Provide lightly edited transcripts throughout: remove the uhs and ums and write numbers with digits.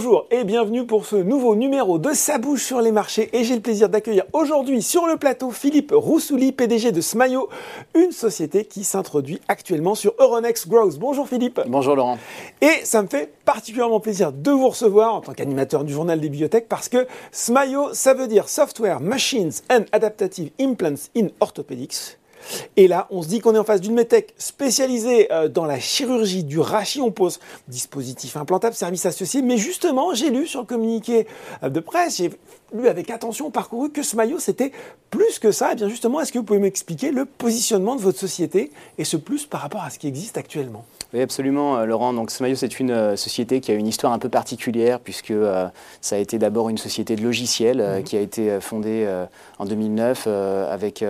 Bonjour et bienvenue pour ce nouveau numéro de Ça bouge sur les marchés et j'ai le plaisir d'accueillir aujourd'hui sur le plateau Philippe Roussouli, PDG de Smayo, une société qui s'introduit actuellement sur Euronext Growth. Bonjour Philippe. Bonjour Laurent. Et ça me fait particulièrement plaisir de vous recevoir en tant qu'animateur du journal des bibliothèques parce que Smayo, ça veut dire Software, Machines and Adaptative Implants in Orthopedics. Et là, on se dit qu'on est en face d'une medtech spécialisée dans la chirurgie du rachis. On pose dispositif implantable, services associés. Mais justement, j'ai lu sur le communiqué de presse, j'ai lu avec attention, parcouru que Smayo, c'était plus que ça. Et bien justement, est-ce que vous pouvez m'expliquer le positionnement de votre société et ce plus par rapport à ce qui existe actuellement ? Oui, absolument, Laurent. Donc, Smayo, c'est une société qui a une histoire un peu particulière puisque ça a été d'abord une société de logiciels qui a été fondée en 2009 avec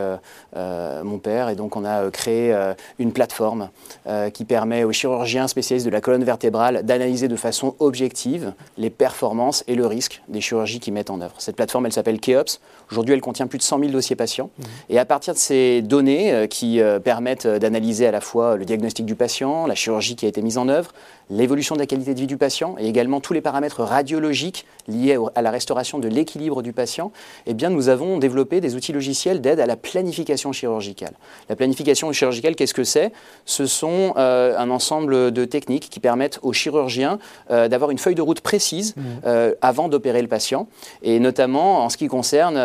mon père. Et donc, on a créé une plateforme qui permet aux chirurgiens spécialistes de la colonne vertébrale d'analyser de façon objective les performances et le risque des chirurgies qu'ils mettent en œuvre. Cette plateforme, elle s'appelle Keops. Aujourd'hui, elle contient plus de 100 000 dossiers patients. Et à partir de ces données qui permettent d'analyser à la fois le diagnostic du patient, la chirurgie qui a été mise en œuvre, l'évolution de la qualité de vie du patient et également tous les paramètres radiologiques liés à la restauration de l'équilibre du patient, eh bien, nous avons développé des outils logiciels d'aide à la planification chirurgicale. La planification chirurgicale, qu'est-ce que c'est ? Ce sont un ensemble de techniques qui permettent aux chirurgiens d'avoir une feuille de route précise avant d'opérer le patient, et notamment en ce qui concerne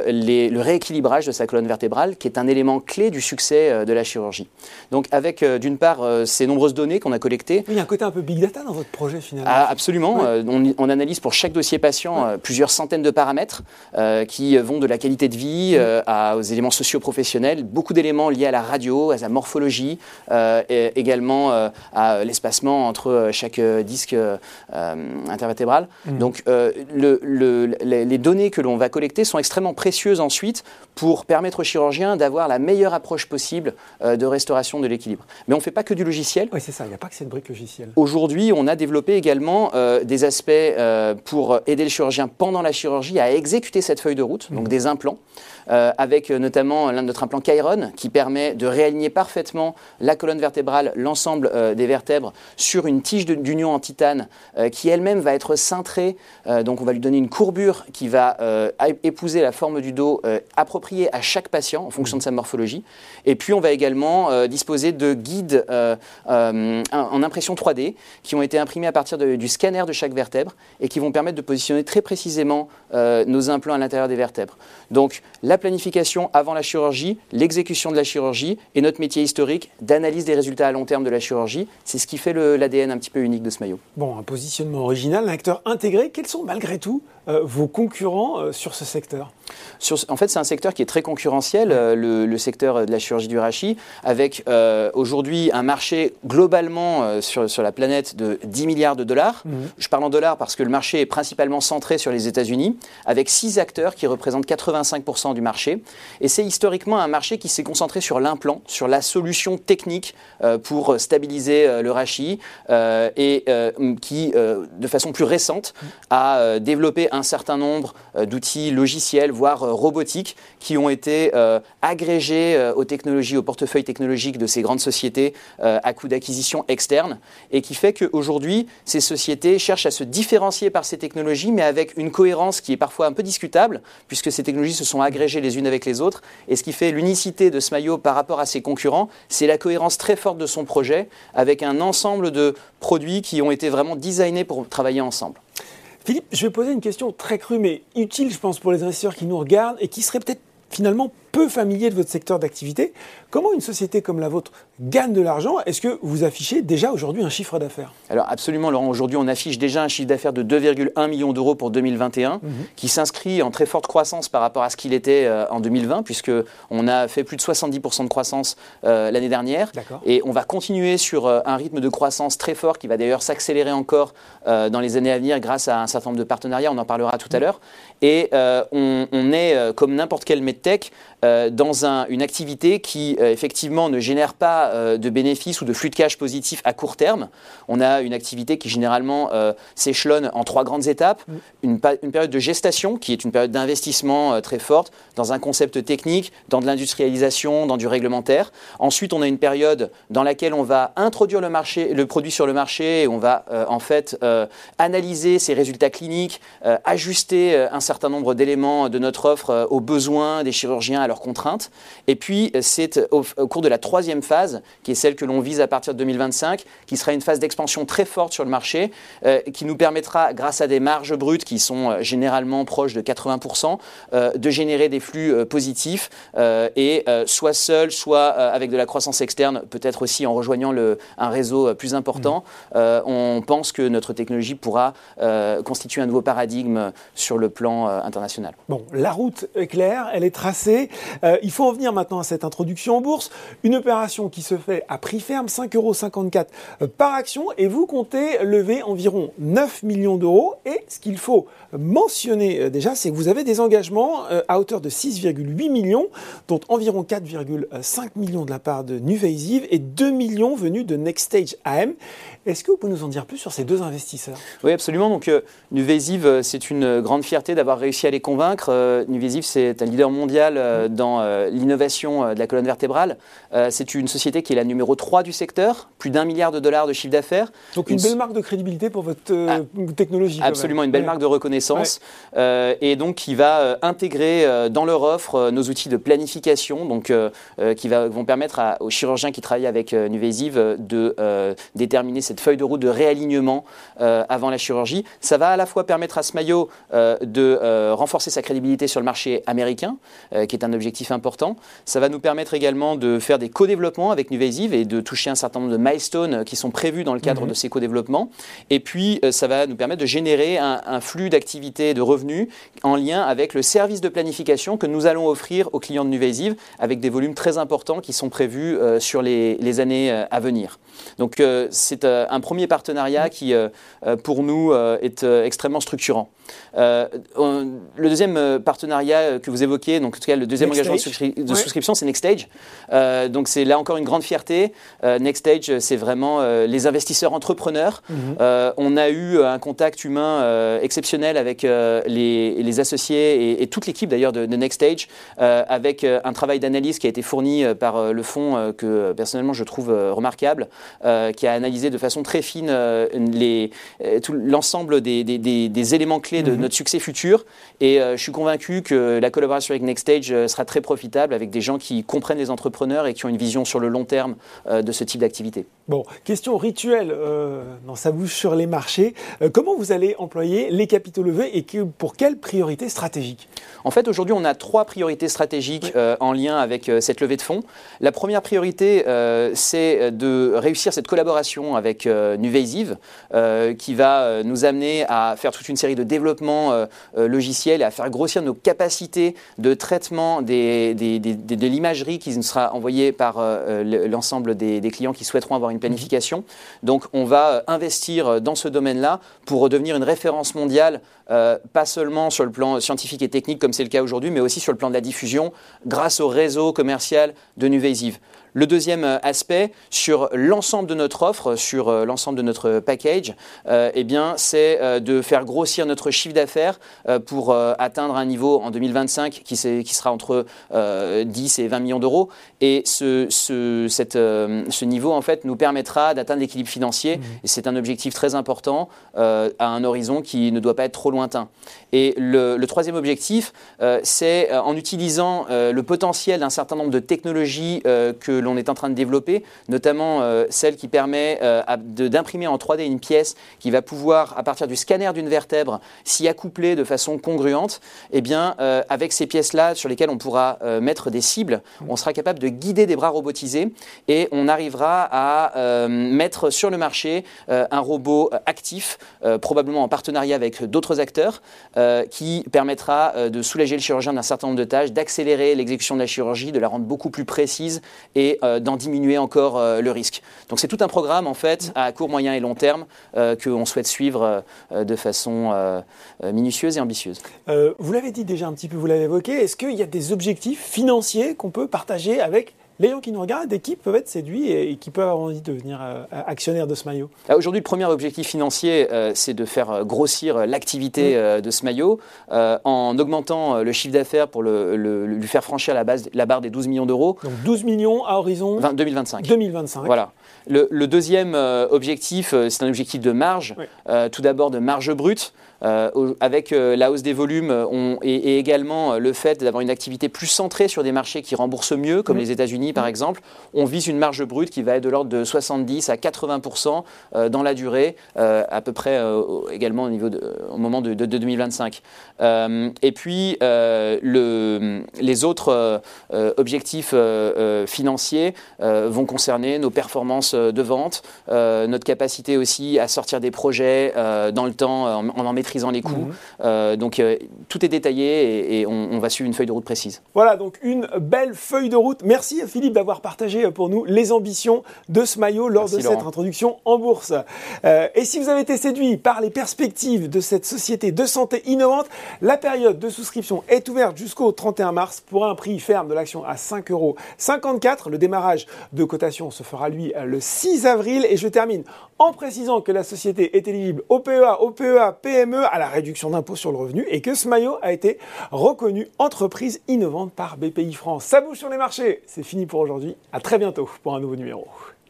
le rééquilibrage de sa colonne vertébrale, qui est un élément clé du succès de la chirurgie. Donc avec d'une part ces nombreuses données qu'on a collectées. Il y a un côté un peu big data dans votre projet finalement. Ah, absolument. Ouais. On analyse pour chaque dossier patient plusieurs centaines de paramètres qui vont de la qualité de vie aux éléments socio-professionnels, beaucoup d'éléments liés à la radio, à sa morphologie, et également à l'espacement entre chaque disque intervertébral. Donc les données que l'on va collecter sont extrêmement précieuses ensuite pour permettre aux chirurgiens d'avoir la meilleure approche possible de restauration de l'équilibre. Mais on ne fait pas que du logiciel. Oui, c'est ça, il n'y a pas que cette brique logicielle. Aujourd'hui, on a développé également des aspects pour aider le chirurgien pendant la chirurgie à exécuter cette feuille de route, donc des implants, avec notamment l'un de notre implant Chiron qui permet de réaligner parfaitement la colonne vertébrale, l'ensemble des vertèbres sur une tige d'union en titane qui elle-même va être cintrée, donc on va lui donner une courbure qui va épouser la forme du dos appropriée à chaque patient en fonction de sa morphologie. Et puis on va également disposer de guides en impression 3D qui ont été imprimés à partir du scanner de chaque vertèbre et qui vont permettre de positionner très précisément nos implants à l'intérieur des vertèbres. Donc la planification avant la chirurgie, l'exécution de la chirurgie et notre métier historique d'analyse des résultats à long terme de la chirurgie, c'est ce qui fait l'ADN un petit peu unique de Smayo. Bon, un positionnement original, un acteur intégré. Quels sont malgré tout vos concurrents sur ce secteur ? En fait, c'est un secteur qui est très concurrentiel, le secteur de la chirurgie du rachis, avec aujourd'hui un marché globalement sur la planète de 10 milliards de dollars. Je parle en dollars parce que le marché est principalement centré sur les États-Unis, avec 6 acteurs qui représentent 85% du marché. Et c'est historiquement un marché qui s'est concentré sur l'implant, sur la solution technique pour stabiliser le rachis et qui, de façon plus récente, a développé un certain nombre d'outils logiciels, voire robotiques, qui ont été agrégés aux technologies, au portefeuille technologique de ces grandes sociétés à coût d'acquisition externe, et qui fait qu'aujourd'hui, ces sociétés cherchent à se différencier par ces technologies, mais avec une cohérence qui est parfois un peu discutable, puisque ces technologies se sont agrégées les unes avec les autres, et ce qui fait l'unicité de Smayo par rapport à ses concurrents, c'est la cohérence très forte de son projet, avec un ensemble de produits qui ont été vraiment designés pour travailler ensemble. Philippe, je vais poser une question très crue, mais utile, je pense, pour les investisseurs qui nous regardent et qui seraient peut-être finalement peu familiers de votre secteur d'activité. Comment une société comme la vôtre gagne de l'argent ? Est-ce que vous affichez déjà aujourd'hui un chiffre d'affaires ? Alors absolument, Laurent. Aujourd'hui, on affiche déjà un chiffre d'affaires de 2,1 millions d'euros pour 2021, qui s'inscrit en très forte croissance par rapport à ce qu'il était en 2020, puisqu'on a fait plus de 70% de croissance l'année dernière. D'accord. Et on va continuer sur un rythme de croissance très fort qui va d'ailleurs s'accélérer encore dans les années à venir grâce à un certain nombre de partenariats. On en parlera tout à l'heure. Et on est, comme n'importe quelle medtech, dans une activité qui effectivement ne génère pas de bénéfices ou de flux de cash positifs à court terme. On a une activité qui généralement s'échelonne en 3 grandes étapes. Une période de gestation qui est une période d'investissement très forte dans un concept technique, dans de l'industrialisation, dans du réglementaire. Ensuite, on a une période dans laquelle on va introduire le produit sur le marché et on va analyser ses résultats cliniques, ajuster un certain nombre d'éléments de notre offre aux besoins des chirurgiens, à leurs contraintes. Et puis, c'est au cours de la 3e phase, qui est celle que l'on vise à partir de 2025, qui sera une phase d'expansion très forte sur le marché, qui nous permettra, grâce à des marges brutes qui sont généralement proches de 80%, de générer des flux positifs et soit seul, soit avec de la croissance externe, peut-être aussi en rejoignant un réseau plus important. On pense que notre technologie pourra constituer un nouveau paradigme sur le plan international. Bon, la route est claire, elle est tracée. Il faut en venir maintenant à cette introduction en bourse. Une opération qui se fait à prix ferme, 5,54 € par action, et vous comptez lever environ 9 millions d'euros. Et ce qu'il faut mentionner déjà, c'est que vous avez des engagements à hauteur de 6,8 millions, dont environ 4,5 millions de la part de NuVasive et 2 millions venus de NextStage AM. Est-ce que vous pouvez nous en dire plus sur ces 2 investisseurs ? Oui, absolument. Donc, NuVasive, c'est une grande fierté d'avoir réussi à les convaincre. NuVasive, c'est un leader mondial dans l'innovation de la colonne vertébrale. C'est une société qui est la numéro 3 du secteur, plus d'$1 milliard de chiffre d'affaires. Donc, une belle marque de crédibilité pour votre technologie. Absolument, une belle marque de reconnaissance. Et donc, qui va intégrer dans leur offre nos outils de planification, donc qui vont permettre aux chirurgiens qui travaillent avec NuVasive de déterminer cette feuille de route de réalignement avant la chirurgie. Ça va à la fois permettre à Smayo de renforcer sa crédibilité sur le marché américain, qui est un objectif important. Ça va nous permettre également de faire des co-développements avec NuVasive et de toucher un certain nombre de milestones qui sont prévus dans le cadre de ces co-développements. Et puis, ça va nous permettre de générer un flux d'activités et de revenus en lien avec le service de planification que nous allons offrir aux clients de NuVasive avec des volumes très importants qui sont prévus sur les années à venir. Donc, c'est un premier partenariat qui, pour nous, est extrêmement structurant. Le deuxième partenariat que vous évoquez, donc en tout cas le deuxième engagement de souscription, c'est NextStage. Donc c'est là encore une grande fierté. NextStage, c'est vraiment les investisseurs entrepreneurs. On a eu un contact humain exceptionnel avec les associés et toute l'équipe d'ailleurs de NextStage, avec un travail d'analyse qui a été fourni par le fonds que personnellement je trouve remarquable, qui a analysé de façon très fine l'ensemble des éléments clés de notre succès futur. Et je suis convaincu que la collaboration avec NextStage sera très profitable avec des gens qui comprennent les entrepreneurs et qui ont une vision sur le long terme de ce type d'activité. Bon, question rituelle dans sa bouche sur les marchés. Comment vous allez employer les capitaux levés et pour quelles priorités stratégiques ? En fait, aujourd'hui, on a 3 priorités stratégiques en lien avec cette levée de fonds. La première priorité, c'est de réussir cette collaboration avec NuVasive, qui va nous amener à faire toute une série de développements logiciels et à faire grossir nos capacités de traitement de l'imagerie qui nous sera envoyée par l'ensemble des clients qui souhaiteront avoir une planification. Donc, on va investir dans ce domaine-là pour devenir une référence mondiale, pas seulement sur le plan scientifique et technique comme c'est le cas aujourd'hui, mais aussi sur le plan de la diffusion grâce au réseau commercial de NuVasive. Le deuxième aspect, sur l'ensemble de notre offre, sur l'ensemble de notre package, c'est de faire grossir notre chiffre d'affaires pour atteindre un niveau en 2025 qui sera entre 10 et 20 millions d'euros. Et ce niveau, en fait, nous permettra d'atteindre l'équilibre financier. Et c'est un objectif très important à un horizon qui ne doit pas être trop lointain. Et le troisième objectif, c'est en utilisant le potentiel d'un certain nombre de technologies que l'on est en train de développer, notamment celle qui permet d'imprimer en 3D une pièce qui va pouvoir, à partir du scanner d'une vertèbre, s'y accoupler de façon congruente. Eh bien, avec ces pièces-là sur lesquelles on pourra mettre des cibles, on sera capable de guider des bras robotisés et on arrivera à mettre sur le marché un robot actif, probablement en partenariat avec d'autres acteurs, qui permettra de soulager le chirurgien d'un certain nombre de tâches, d'accélérer l'exécution de la chirurgie, de la rendre beaucoup plus précise et et d'en diminuer encore le risque. Donc c'est tout un programme en fait à court, moyen et long terme qu'on souhaite suivre de façon minutieuse et ambitieuse. Vous l'avez dit déjà un petit peu, vous l'avez évoqué, est-ce qu'il y a des objectifs financiers qu'on peut partager avec les gens qui nous regardent et qui peuvent être séduits et qui peuvent avoir envie de devenir actionnaires de Smayo? Aujourd'hui, le premier objectif financier, c'est de faire grossir l'activité de Smayo en augmentant le chiffre d'affaires pour lui faire franchir la barre des 12 millions d'euros. Donc 12 millions à horizon 2025. 2025. Voilà. Le deuxième objectif, c'est un objectif de marge. Tout d'abord de marge brute. Avec la hausse des volumes et également le fait d'avoir une activité plus centrée sur des marchés qui remboursent mieux, comme les États-Unis par exemple, on vise une marge brute qui va être de l'ordre de 70 à 80% dans la durée, à peu près également au moment de 2025. Et puis les autres objectifs financiers vont concerner nos performances de vente, notre capacité aussi à sortir des projets dans le temps en maîtrisant les coûts. Donc tout est détaillé et on va suivre une feuille de route précise. Voilà, donc une belle feuille de route. Merci Philippe d'avoir partagé pour nous les ambitions de Smayo lors de cette introduction en bourse. Et si vous avez été séduit par les perspectives de cette société de santé innovante, la période de souscription est ouverte jusqu'au 31 mars pour un prix ferme de l'action à 5,54 €. Le démarrage de cotation se fera lui le 6 avril. Et je termine en précisant que la société est éligible au PEA, PME, à la réduction d'impôt sur le revenu et que Smayo a été reconnue entreprise innovante par BPI France. Ça bouge sur les marchés. C'est fini pour aujourd'hui. À très bientôt pour un nouveau numéro.